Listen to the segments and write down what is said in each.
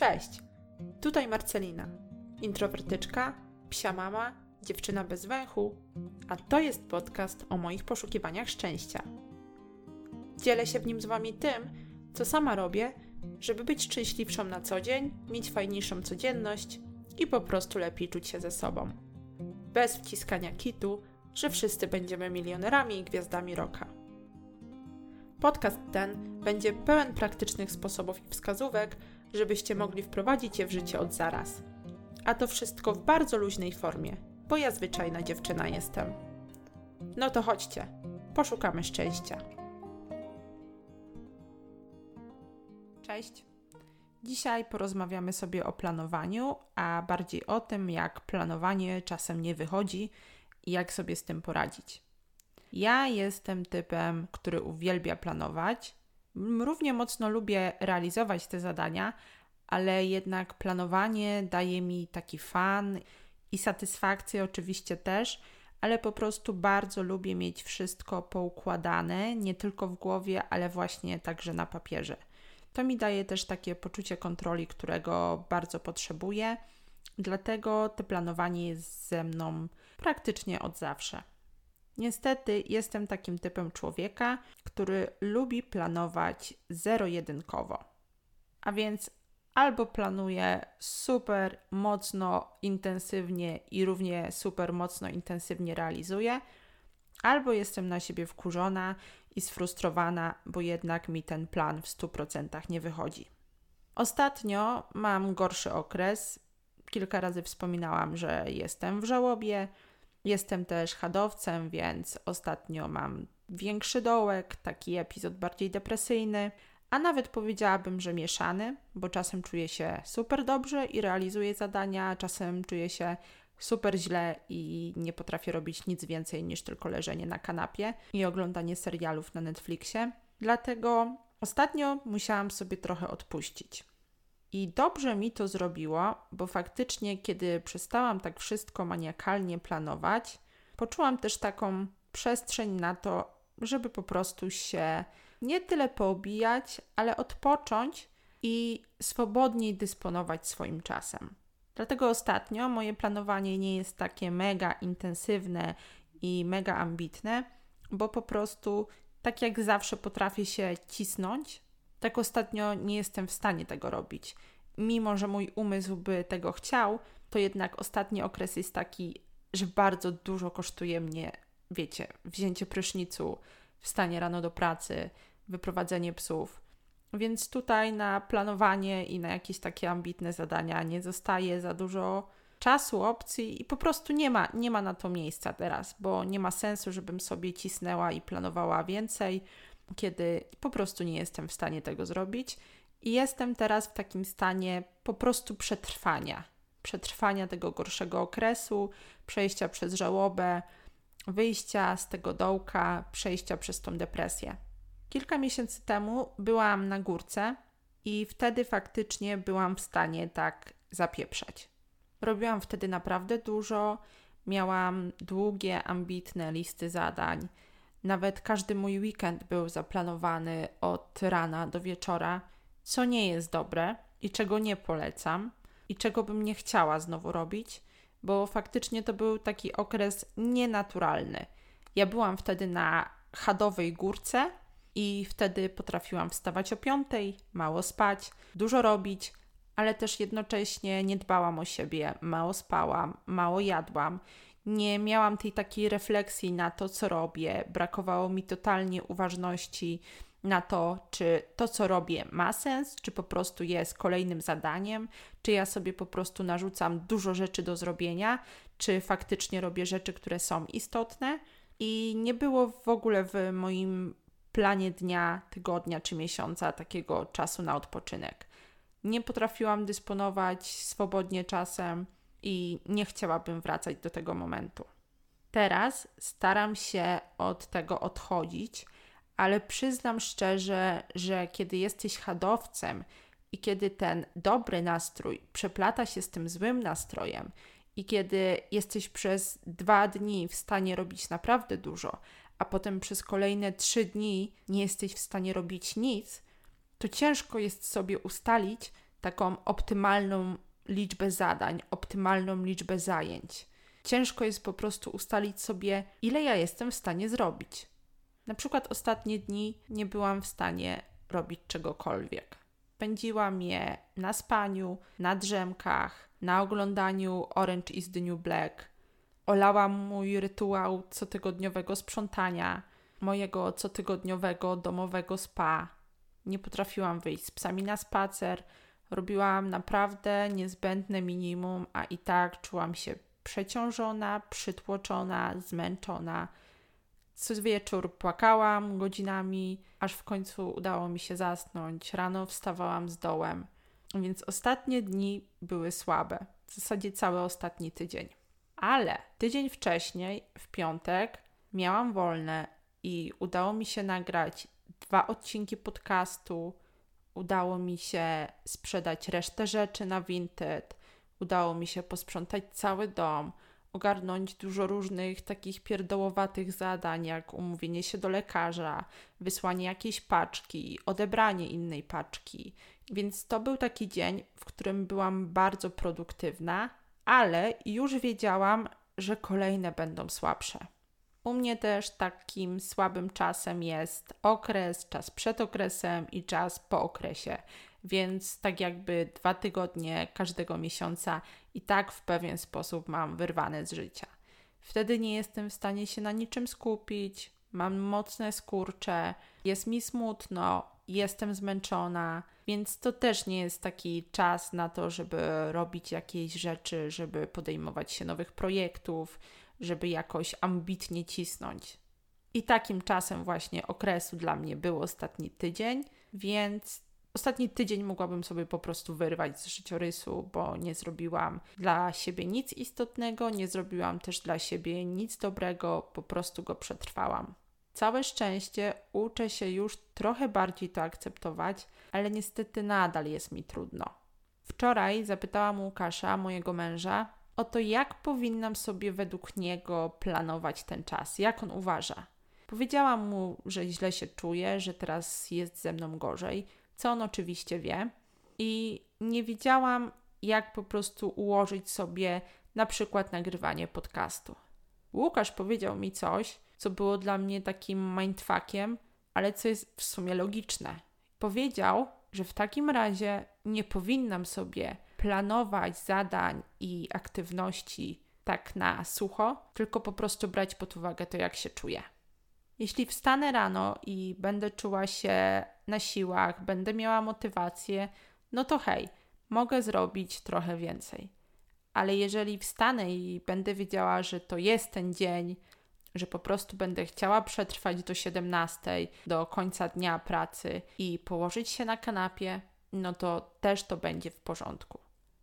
Cześć, tutaj Marcelina, introwertyczka, psia mama, dziewczyna bez węchu, a to jest podcast o moich poszukiwaniach szczęścia. Dzielę się w nim z Wami tym, co sama robię, żeby być szczęśliwszą na co dzień, mieć fajniejszą codzienność i po prostu lepiej czuć się ze sobą. Bez wciskania kitu, że wszyscy będziemy milionerami i gwiazdami rocka. Podcast ten będzie pełen praktycznych sposobów i wskazówek, żebyście mogli wprowadzić je w życie od zaraz. A to wszystko w bardzo luźnej formie, bo ja zwyczajna dziewczyna jestem. No to chodźcie, poszukamy szczęścia. Cześć. Dzisiaj porozmawiamy sobie o planowaniu, a bardziej o tym, jak planowanie czasem nie wychodzi i jak sobie z tym poradzić. Ja jestem typem, który uwielbia planować. Równie mocno lubię realizować te zadania, ale jednak planowanie daje mi taki fan i satysfakcję oczywiście też, ale po prostu bardzo lubię mieć wszystko poukładane, nie tylko w głowie, ale właśnie także na papierze. To mi daje też takie poczucie kontroli, którego bardzo potrzebuję, dlatego to planowanie jest ze mną praktycznie od zawsze. Niestety jestem takim typem człowieka, który lubi planować zero-jedynkowo. A więc albo planuję super mocno, intensywnie i równie super mocno, intensywnie realizuję, albo jestem na siebie wkurzona i sfrustrowana, bo jednak mi ten plan w 100% nie wychodzi. Ostatnio mam gorszy okres. Kilka razy wspominałam, że jestem w żałobie. Jestem też hadowcem, więc ostatnio mam większy dołek, taki epizod bardziej depresyjny, a nawet powiedziałabym, że mieszany, bo czasem czuję się super dobrze i realizuję zadania, a czasem czuję się super źle i nie potrafię robić nic więcej niż tylko leżenie na kanapie i oglądanie serialów na Netflixie. Dlatego ostatnio musiałam sobie trochę odpuścić. I dobrze mi to zrobiło, bo faktycznie, kiedy przestałam tak wszystko maniakalnie planować, poczułam też taką przestrzeń na to, żeby po prostu się nie tyle poobijać, ale odpocząć i swobodniej dysponować swoim czasem. Dlatego ostatnio moje planowanie nie jest takie mega intensywne i mega ambitne, bo po prostu tak jak zawsze potrafię się cisnąć, tak ostatnio nie jestem w stanie tego robić. Mimo że mój umysł by tego chciał, to jednak ostatni okres jest taki, że bardzo dużo kosztuje mnie, wiecie, wzięcie prysznicu, wstanie rano do pracy, wyprowadzenie psów. Więc tutaj na planowanie i na jakieś takie ambitne zadania nie zostaje za dużo czasu, opcji i po prostu nie ma na to miejsca teraz, bo nie ma sensu, żebym sobie cisnęła i planowała więcej, kiedy po prostu nie jestem w stanie tego zrobić. I jestem teraz w takim stanie po prostu przetrwania tego gorszego okresu, przejścia przez żałobę, wyjścia z tego dołka, przejścia przez tą depresję. Kilka miesięcy temu byłam na górce i wtedy faktycznie byłam w stanie tak zapieprzać. Robiłam wtedy naprawdę dużo, miałam długie, ambitne listy zadań. Nawet każdy mój weekend był zaplanowany od rana do wieczora, co nie jest dobre i czego nie polecam i czego bym nie chciała znowu robić, bo faktycznie to był taki okres nienaturalny. Ja byłam wtedy na chadowej górce i wtedy potrafiłam wstawać o 5:00, mało spać, dużo robić, ale też jednocześnie nie dbałam o siebie, mało spałam, mało jadłam. Nie miałam tej takiej refleksji na to, co robię. Brakowało mi totalnie uważności na to, czy to, co robię, ma sens, czy po prostu jest kolejnym zadaniem, czy ja sobie po prostu narzucam dużo rzeczy do zrobienia, czy faktycznie robię rzeczy, które są istotne. I nie było w ogóle w moim planie dnia, tygodnia czy miesiąca takiego czasu na odpoczynek. Nie potrafiłam dysponować swobodnie czasem i nie chciałabym wracać do tego momentu. Teraz staram się od tego odchodzić, ale przyznam szczerze, że kiedy jesteś hadowcem i kiedy ten dobry nastrój przeplata się z tym złym nastrojem i kiedy jesteś przez 2 dni w stanie robić naprawdę dużo, a potem przez kolejne 3 dni nie jesteś w stanie robić nic, to ciężko jest sobie ustalić, taką optymalną liczbę zadań, optymalną liczbę zajęć. Ciężko jest po prostu ustalić sobie, ile ja jestem w stanie zrobić. Na przykład ostatnie dni nie byłam w stanie robić czegokolwiek. Spędziłam je na spaniu, na drzemkach, na oglądaniu Orange is the New Black. Olałam mój rytuał cotygodniowego sprzątania, mojego cotygodniowego domowego spa. Nie potrafiłam wyjść z psami na spacer. Robiłam naprawdę niezbędne minimum, a i tak czułam się przeciążona, przytłoczona, zmęczona. Co wieczór płakałam godzinami, aż w końcu udało mi się zasnąć. Rano wstawałam z dołem, więc ostatnie dni były słabe. W zasadzie cały ostatni tydzień. Ale tydzień wcześniej, w piątek, miałam wolne i udało mi się nagrać 2 odcinki podcastu. Udało mi się sprzedać resztę rzeczy na Vinted. Udało mi się posprzątać cały dom, ogarnąć dużo różnych takich pierdołowatych zadań, jak umówienie się do lekarza, wysłanie jakiejś paczki, odebranie innej paczki. Więc to był taki dzień, w którym byłam bardzo produktywna, ale już wiedziałam, że kolejne będą słabsze. U mnie też takim słabym czasem jest okres, czas przed okresem i czas po okresie, więc tak jakby 2 tygodnie każdego miesiąca i tak w pewien sposób mam wyrwane z życia. Wtedy nie jestem w stanie się na niczym skupić, mam mocne skurcze, jest mi smutno, jestem zmęczona, więc to też nie jest taki czas na to, żeby robić jakieś rzeczy, żeby podejmować się nowych projektów, żeby jakoś ambitnie cisnąć. I takim czasem właśnie okresu dla mnie był ostatni tydzień, więc ostatni tydzień mogłabym sobie po prostu wyrwać z życiorysu, bo nie zrobiłam dla siebie nic istotnego, nie zrobiłam też dla siebie nic dobrego, po prostu go przetrwałam. Całe szczęście uczę się już trochę bardziej to akceptować, ale niestety nadal jest mi trudno. Wczoraj zapytałam Łukasza, mojego męża, o to, jak powinnam sobie według niego planować ten czas, jak on uważa. Powiedziałam mu, że źle się czuję, że teraz jest ze mną gorzej, co on oczywiście wie i nie wiedziałam, jak po prostu ułożyć sobie na przykład nagrywanie podcastu. Łukasz powiedział mi coś, co było dla mnie takim mindfuckiem, ale co jest w sumie logiczne. Powiedział, że w takim razie nie powinnam sobie planować zadań i aktywności tak na sucho, tylko po prostu brać pod uwagę to, jak się czuję. Jeśli wstanę rano i będę czuła się na siłach, będę miała motywację, no to hej, mogę zrobić trochę więcej. Ale jeżeli wstanę i będę wiedziała, że to jest ten dzień, że po prostu będę chciała przetrwać do 17, do końca dnia pracy i położyć się na kanapie, no to też to będzie w porządku.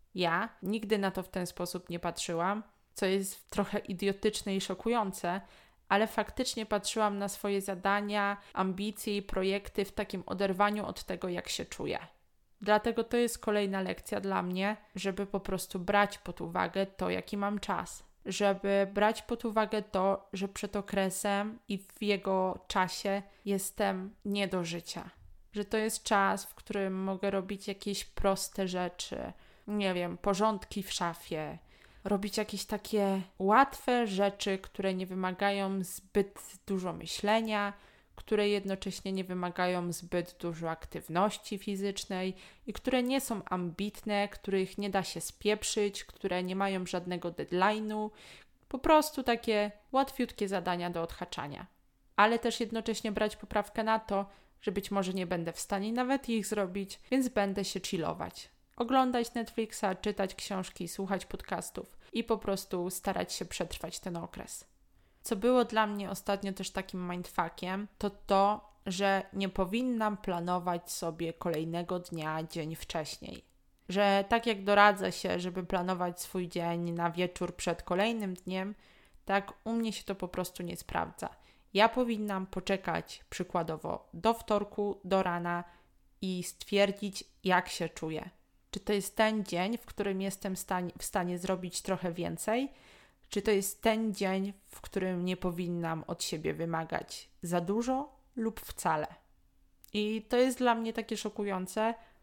Ja nigdy na to w ten sposób nie patrzyłam, co jest trochę idiotyczne i szokujące, ale faktycznie patrzyłam na swoje zadania, ambicje i projekty w takim oderwaniu od tego, jak się czuję. Dlatego to jest kolejna lekcja dla mnie, żeby po prostu brać pod uwagę to, jaki mam czas. Żeby brać pod uwagę to, że przed okresem i w jego czasie jestem nie do życia. Że to jest czas, w którym mogę robić jakieś proste rzeczy, nie wiem, porządki w szafie, robić jakieś takie łatwe rzeczy, które nie wymagają zbyt dużo myślenia, które jednocześnie nie wymagają zbyt dużo aktywności fizycznej i które nie są ambitne, których nie da się spieprzyć, które nie mają żadnego deadline'u, po prostu takie łatwiutkie zadania do odhaczania. Ale też jednocześnie brać poprawkę na to, że być może nie będę w stanie nawet ich zrobić, więc będę się chillować. Oglądać Netflixa, czytać książki, słuchać podcastów i po prostu starać się przetrwać ten okres. Co było dla mnie ostatnio też takim mindfuckiem, to, że nie powinnam planować sobie kolejnego dnia dzień wcześniej. Że tak jak doradza się, żeby planować swój dzień na wieczór przed kolejnym dniem, tak u mnie się to po prostu nie sprawdza. Ja powinnam poczekać przykładowo do wtorku, do rana i stwierdzić, jak się czuję. Czy to jest ten dzień, w którym jestem w stanie zrobić trochę więcej? Czy to jest ten dzień, w którym nie powinnam od siebie wymagać za dużo lub wcale? I to jest dla mnie takie szokujące,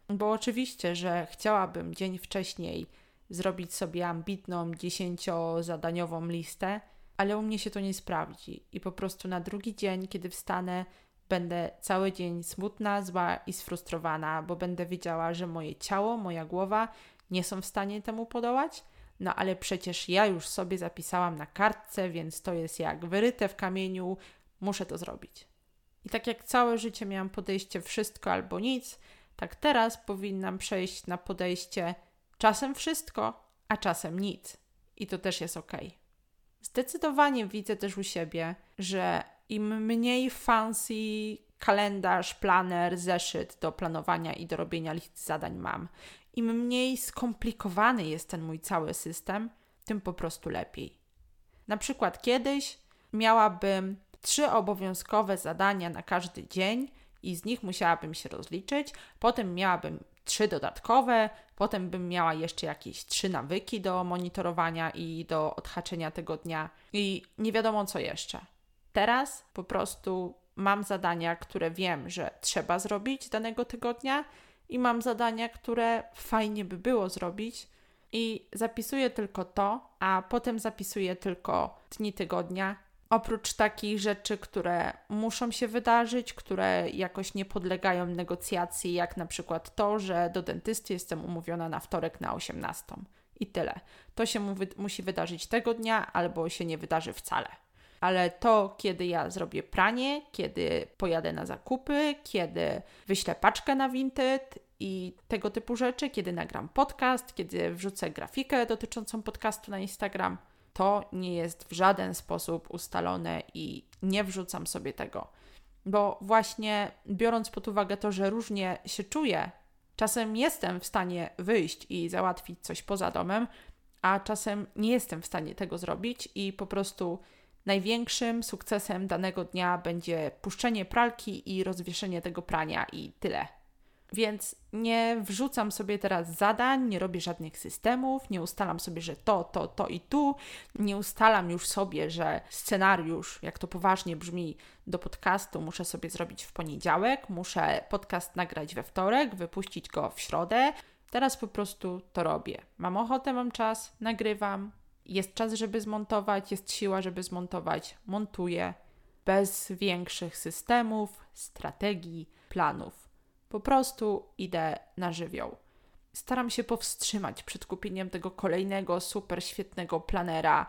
Bo oczywiście, że chciałabym dzień wcześniej zrobić sobie ambitną 10-zadaniową listę, ale u mnie się to nie sprawdzi i po prostu na drugi dzień, kiedy wstanę, będę cały dzień smutna, zła i sfrustrowana, bo będę wiedziała, że moje ciało, moja głowa nie są w stanie temu podołać, no ale przecież ja już sobie zapisałam na kartce, więc to jest jak wyryte w kamieniu, muszę to zrobić. I tak jak całe życie miałam podejście wszystko albo nic, tak teraz powinnam przejść na podejście czasem wszystko, a czasem nic. I to też jest okej. Zdecydowanie widzę też u siebie, że im mniej fancy kalendarz, planer, zeszyt do planowania i do robienia list zadań mam, im mniej skomplikowany jest ten mój cały system, tym po prostu lepiej. Na przykład kiedyś miałabym 3 obowiązkowe zadania na każdy dzień i z nich musiałabym się rozliczyć, potem miałabym 3 dodatkowe, potem bym miała jeszcze jakieś 3 nawyki do monitorowania i do odhaczenia tego dnia i nie wiadomo co jeszcze. Teraz po prostu mam zadania, które wiem, że trzeba zrobić danego tygodnia i mam zadania, które fajnie by było zrobić i zapisuję tylko to, a potem zapisuję tylko dni tygodnia. Oprócz takich rzeczy, które muszą się wydarzyć, które jakoś nie podlegają negocjacji, jak na przykład to, że do dentysty jestem umówiona na wtorek na 18:00. I tyle. To się musi wydarzyć tego dnia, albo się nie wydarzy wcale. Ale to, kiedy ja zrobię pranie, kiedy pojadę na zakupy, kiedy wyślę paczkę na Vinted i tego typu rzeczy, kiedy nagram podcast, kiedy wrzucę grafikę dotyczącą podcastu na Instagram, to nie jest w żaden sposób ustalone i nie wrzucam sobie tego. Bo właśnie biorąc pod uwagę to, że różnie się czuję, czasem jestem w stanie wyjść i załatwić coś poza domem, a czasem nie jestem w stanie tego zrobić i po prostu największym sukcesem danego dnia będzie puszczenie pralki i rozwieszenie tego prania i tyle. Więc nie wrzucam sobie teraz zadań, nie robię żadnych systemów, nie ustalam sobie, że to i tu, nie ustalam już sobie, że scenariusz, jak to poważnie brzmi, do podcastu muszę sobie zrobić w poniedziałek, muszę podcast nagrać we wtorek, wypuścić go w środę. Teraz po prostu to robię. Mam ochotę, mam czas, nagrywam, jest czas, żeby zmontować, jest siła, żeby zmontować, montuję, bez większych systemów, strategii, planów. Po prostu idę na żywioł. Staram się powstrzymać przed kupieniem tego kolejnego super świetnego planera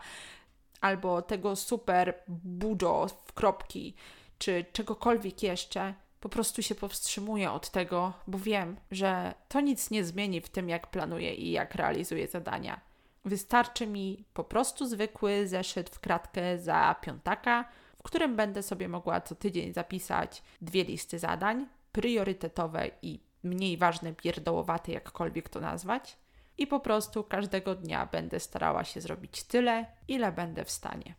albo tego super bujo w kropki, czy czegokolwiek jeszcze. Po prostu się powstrzymuję od tego, bo wiem, że to nic nie zmieni w tym, jak planuję i jak realizuję zadania. Wystarczy mi po prostu zwykły zeszyt w kratkę za piątaka, w którym będę sobie mogła co tydzień zapisać 2 listy zadań, priorytetowe i mniej ważne, pierdołowate, jakkolwiek to nazwać. I po prostu każdego dnia będę starała się zrobić tyle, ile będę w stanie.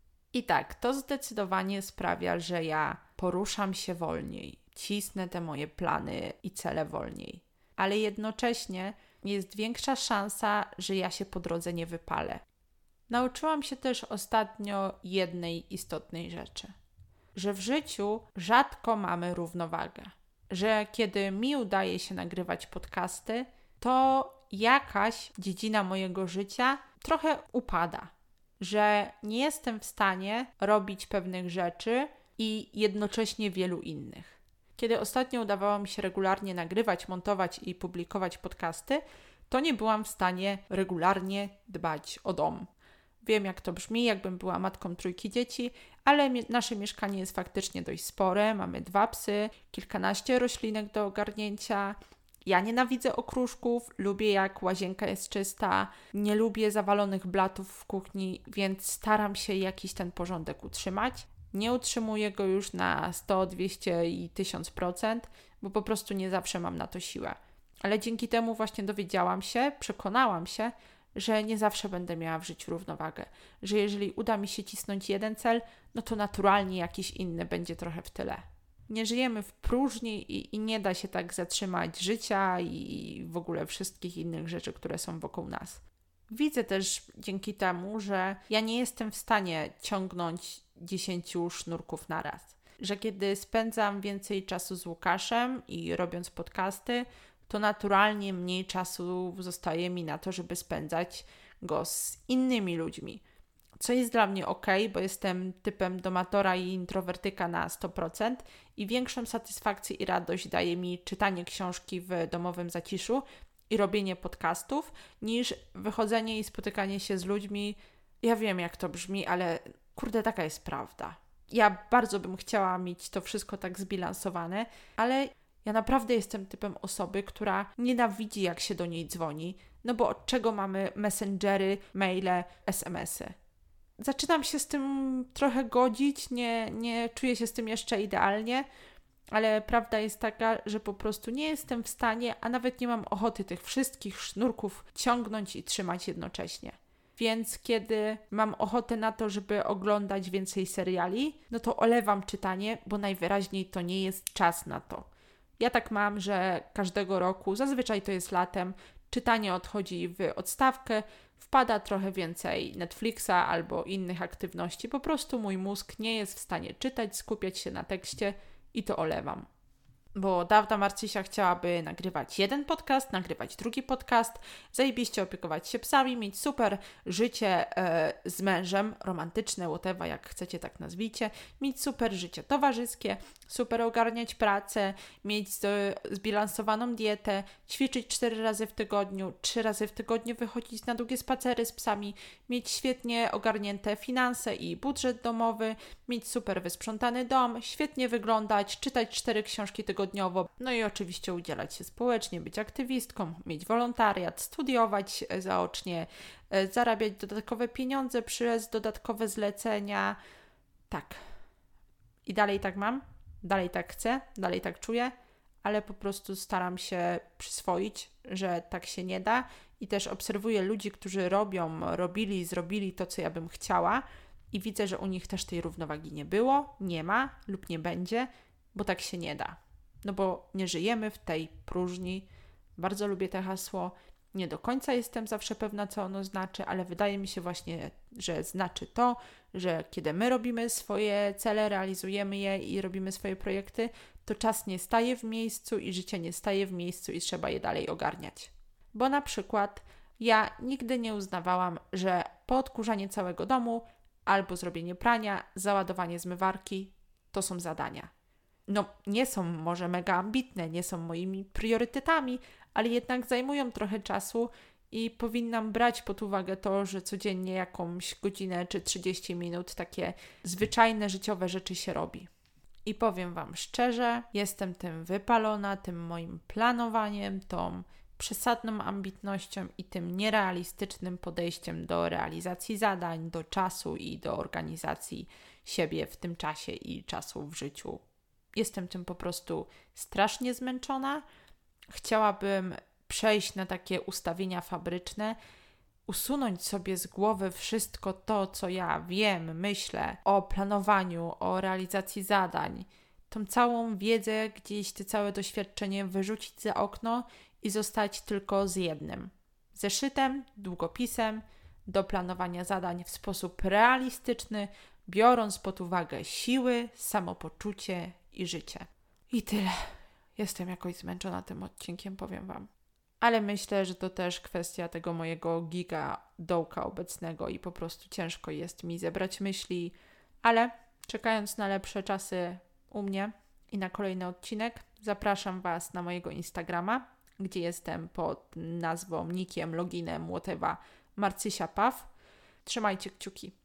I tak, to zdecydowanie sprawia, że ja poruszam się wolniej, cisnę te moje plany i cele wolniej. Ale jednocześnie jest większa szansa, że ja się po drodze nie wypalę. Nauczyłam się też ostatnio jednej istotnej rzeczy. Że w życiu rzadko mamy równowagę. Że kiedy mi udaje się nagrywać podcasty, to jakaś dziedzina mojego życia trochę upada. Że nie jestem w stanie robić pewnych rzeczy i jednocześnie wielu innych. Kiedy ostatnio udawało mi się regularnie nagrywać, montować i publikować podcasty, to nie byłam w stanie regularnie dbać o dom. Wiem, jak to brzmi, jakbym była matką 3 dzieci, ale nasze mieszkanie jest faktycznie dość spore. Mamy 2 psy, kilkanaście roślinek do ogarnięcia. Ja nienawidzę okruszków, lubię jak łazienka jest czysta, nie lubię zawalonych blatów w kuchni, więc staram się jakiś ten porządek utrzymać. Nie utrzymuję go już na 100, 200 i 1000%, bo po prostu nie zawsze mam na to siłę. Ale dzięki temu właśnie przekonałam się, że nie zawsze będę miała w życiu równowagę. Że jeżeli uda mi się cisnąć jeden cel, no to naturalnie jakiś inny będzie trochę w tyle. Nie żyjemy w próżni i nie da się tak zatrzymać życia i w ogóle wszystkich innych rzeczy, które są wokół nas. Widzę też dzięki temu, że ja nie jestem w stanie ciągnąć 10 sznurków naraz. Że kiedy spędzam więcej czasu z Łukaszem i robiąc podcasty, to naturalnie mniej czasu zostaje mi na to, żeby spędzać go z innymi ludźmi. Co jest dla mnie okej, bo jestem typem domatora i introwertyka na 100% i większą satysfakcję i radość daje mi czytanie książki w domowym zaciszu i robienie podcastów, niż wychodzenie i spotykanie się z ludźmi. Ja wiem, jak to brzmi, ale kurde, taka jest prawda. Ja bardzo bym chciała mieć to wszystko tak zbilansowane, ale ja naprawdę jestem typem osoby, która nienawidzi, jak się do niej dzwoni, no bo od czego mamy messengery, maile, SMS-y? Zaczynam się z tym trochę godzić, nie czuję się z tym jeszcze idealnie, ale prawda jest taka, że po prostu nie jestem w stanie, a nawet nie mam ochoty tych wszystkich sznurków ciągnąć i trzymać jednocześnie. Więc kiedy mam ochotę na to, żeby oglądać więcej seriali, no to olewam czytanie, bo najwyraźniej to nie jest czas na to. Ja tak mam, że każdego roku, zazwyczaj to jest latem, czytanie odchodzi w odstawkę, wpada trochę więcej Netflixa albo innych aktywności. Po prostu mój mózg nie jest w stanie czytać, skupiać się na tekście i to olewam. Bo dawna Marcysia chciałaby nagrywać jeden podcast, nagrywać drugi podcast, zajebiście opiekować się psami, mieć super życie z mężem, romantyczne, whatever, jak chcecie tak nazwijcie, mieć super życie towarzyskie, super ogarniać pracę, mieć zbilansowaną dietę, ćwiczyć 4 razy w tygodniu, 3 razy w tygodniu wychodzić na długie spacery z psami, mieć świetnie ogarnięte finanse i budżet domowy, mieć super wysprzątany dom, świetnie wyglądać, czytać 4 książki tygodniowo, no i oczywiście udzielać się społecznie, być aktywistką, mieć wolontariat, studiować zaocznie, zarabiać dodatkowe pieniądze przez dodatkowe zlecenia. Tak. I dalej tak mam, dalej tak chcę, dalej tak czuję, ale po prostu staram się przyswoić, że tak się nie da i też obserwuję ludzi, którzy zrobili to, co ja bym chciała i widzę, że u nich też tej równowagi nie było, nie ma lub nie będzie, bo tak się nie da. No bo nie żyjemy w tej próżni. Bardzo lubię to hasło. Nie do końca jestem zawsze pewna, co ono znaczy, ale wydaje mi się właśnie, że znaczy to, że kiedy my robimy swoje cele, realizujemy je i robimy swoje projekty, to czas nie staje w miejscu i życie nie staje w miejscu i trzeba je dalej ogarniać. Bo na przykład ja nigdy nie uznawałam, że poodkurzanie całego domu albo zrobienie prania, załadowanie zmywarki to są zadania. No, nie są może mega ambitne, nie są moimi priorytetami, ale jednak zajmują trochę czasu i powinnam brać pod uwagę to, że codziennie jakąś godzinę czy 30 minut takie zwyczajne życiowe rzeczy się robi. I powiem Wam szczerze, jestem tym wypalona, tym moim planowaniem, tą przesadną ambitnością i tym nierealistycznym podejściem do realizacji zadań, do czasu i do organizacji siebie w tym czasie i czasu w życiu. Jestem tym po prostu strasznie zmęczona. Chciałabym przejść na takie ustawienia fabryczne, usunąć sobie z głowy wszystko to, co ja wiem, myślę o planowaniu, o realizacji zadań. Tą całą wiedzę, gdzieś te całe doświadczenie wyrzucić za okno i zostać tylko z jednym. Zeszytem, długopisem do planowania zadań w sposób realistyczny, biorąc pod uwagę siły, samopoczucie i życie. I tyle. Jestem jakoś zmęczona tym odcinkiem, powiem Wam. Ale myślę, że to też kwestia tego mojego giga dołka obecnego i po prostu ciężko jest mi zebrać myśli, ale czekając na lepsze czasy u mnie i na kolejny odcinek, zapraszam Was na mojego Instagrama, gdzie jestem pod nazwą, nickiem, loginem, whatever, Marcysia Paw. Trzymajcie kciuki.